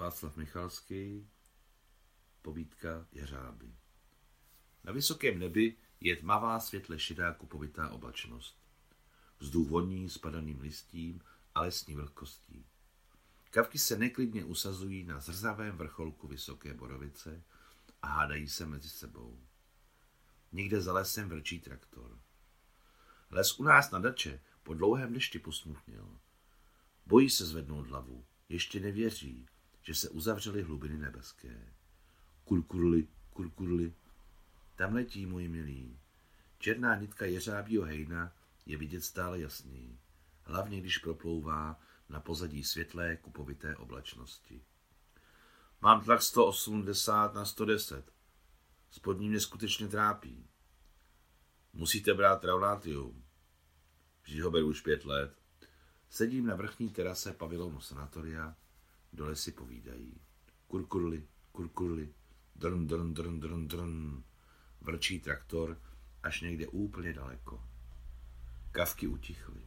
Václav Michalský, povídka Jeřáby. Na vysokém nebi je tmavá světle šedá kupovitá oblačnost. Vzduch voní spadaným listím a lesní vlhkostí. Kavky se neklidně usazují na zrzavém vrcholku vysoké borovice a hádají se mezi sebou. Někde za lesem vrčí traktor. Les u nás na dače po dlouhém dešti posmutněl. Bojí se zvednout hlavu, ještě nevěří, že se uzavřely hlubiny nebeské. Kurkurli, kurkurli, tam letí, můj milý. Černá nitka jeřábího hejna je vidět stále jasněji, hlavně když proplouvá na pozadí světlé kupovité oblačnosti. Mám tlak 180/110. Spodní mě skutečně trápí. Musíte brát Traunatium. Vždy ho beru už 5 let. Sedím na vrchní terase pavilonu sanatoria, dole si povídají. Kurkurli, kurkurli, drn, drn, drn, drn, drn. Vrčí traktor až někde úplně daleko. Kavky utichly.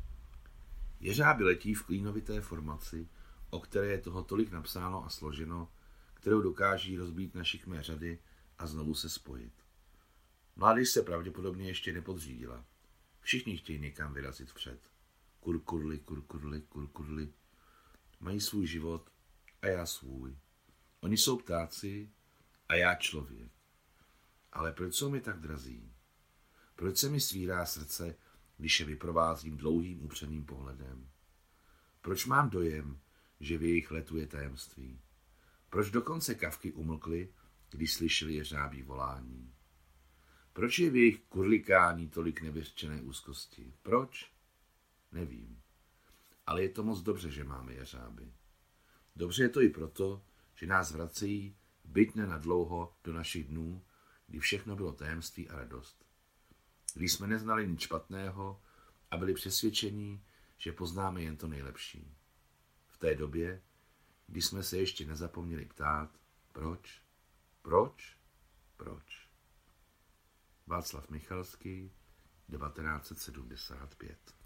Jeřáby letí v klínovité formaci, o které je toho tolik napsáno a složeno, kterou dokáží rozbít na šikmé řady a znovu se spojit. Mládež se pravděpodobně ještě nepodřídila. Všichni chtějí někam vyrazit vpřed. Kurkurli, kurkurli, kurkurli. Mají svůj život a já svůj. Oni jsou ptáci a já člověk. Ale proč jsou mi tak drazí? Proč se mi svírá srdce, když je vyprovázím dlouhým upřeným pohledem? Proč mám dojem, že v jejich letu je tajemství? Proč dokonce kavky umlkly, když slyšeli jeřábí volání? Proč je v jejich kurlikání tolik nevyřčené úzkosti? Proč? Nevím. Ale je to moc dobře, že máme jeřáby. Dobře je to i proto, že nás vracejí byť ne na dlouho do našich dnů, kdy všechno bylo tajemství a radost. Když jsme neznali nic špatného a byli přesvědčení, že poznáme jen to nejlepší. V té době, kdy jsme se ještě nezapomněli ptát, proč, proč, proč. Václav Michalský, 1975.